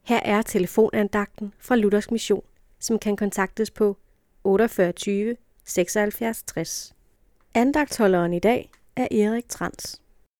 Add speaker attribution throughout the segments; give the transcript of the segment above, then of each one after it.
Speaker 1: Her er telefonandagten fra Luthersk Mission, som kan kontaktes på 48 76 60. Andagtholderen i dag er Erik Trans.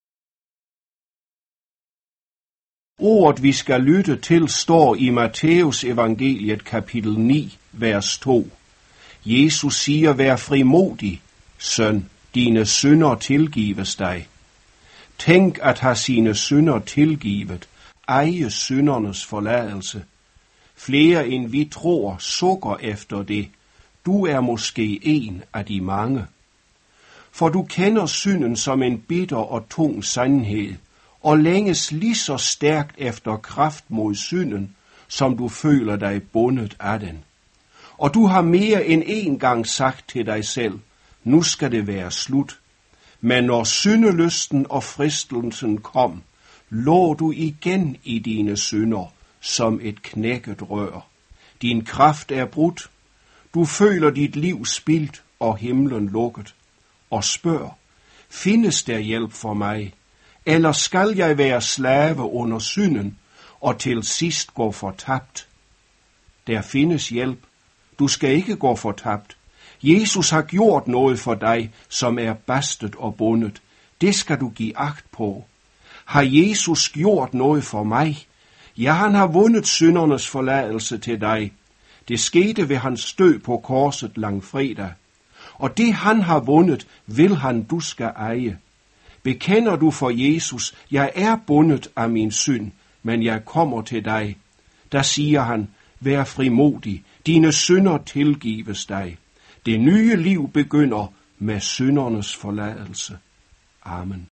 Speaker 2: Ordet, vi skal lytte til, står i Matthæus evangeliet kapitel 9, vers 2. Jesus siger, vær frimodig, søn, dine synder tilgives dig. Tænk at have sine synder tilgivet, eje syndernes forladelse. Flere end vi tror sukker efter det. Du er måske en af de mange. For du kender synden som en bitter og tung sandhed, og længes lige så stærkt efter kraft mod synden, som du føler dig bundet af den. Og du har mere end en gang sagt til dig selv, nu skal det være slut. Men når syndelysten og fristelsen kom, lå du igen i dine synder som et knækket rør. Din kraft er brudt. Du føler dit liv spildt og himlen lukket. Og spørg, findes der hjælp for mig? Eller skal jeg være slave under synden og til sidst gå fortabt? Der findes hjælp. Du skal ikke gå fortabt. Jesus har gjort noget for dig, som er bastet og bundet. Det skal du give agt på. Har Jesus gjort noget for mig? Ja, han har vundet syndernes forladelse til dig. Det skete ved hans død på korset langfredag. Og det han har vundet, vil han du skal eje. Bekender du for Jesus, jeg er bundet af min synd, men jeg kommer til dig. Der siger han, vær frimodig, dine synder tilgives dig. Det nye liv begynder med syndernes forladelse. Amen.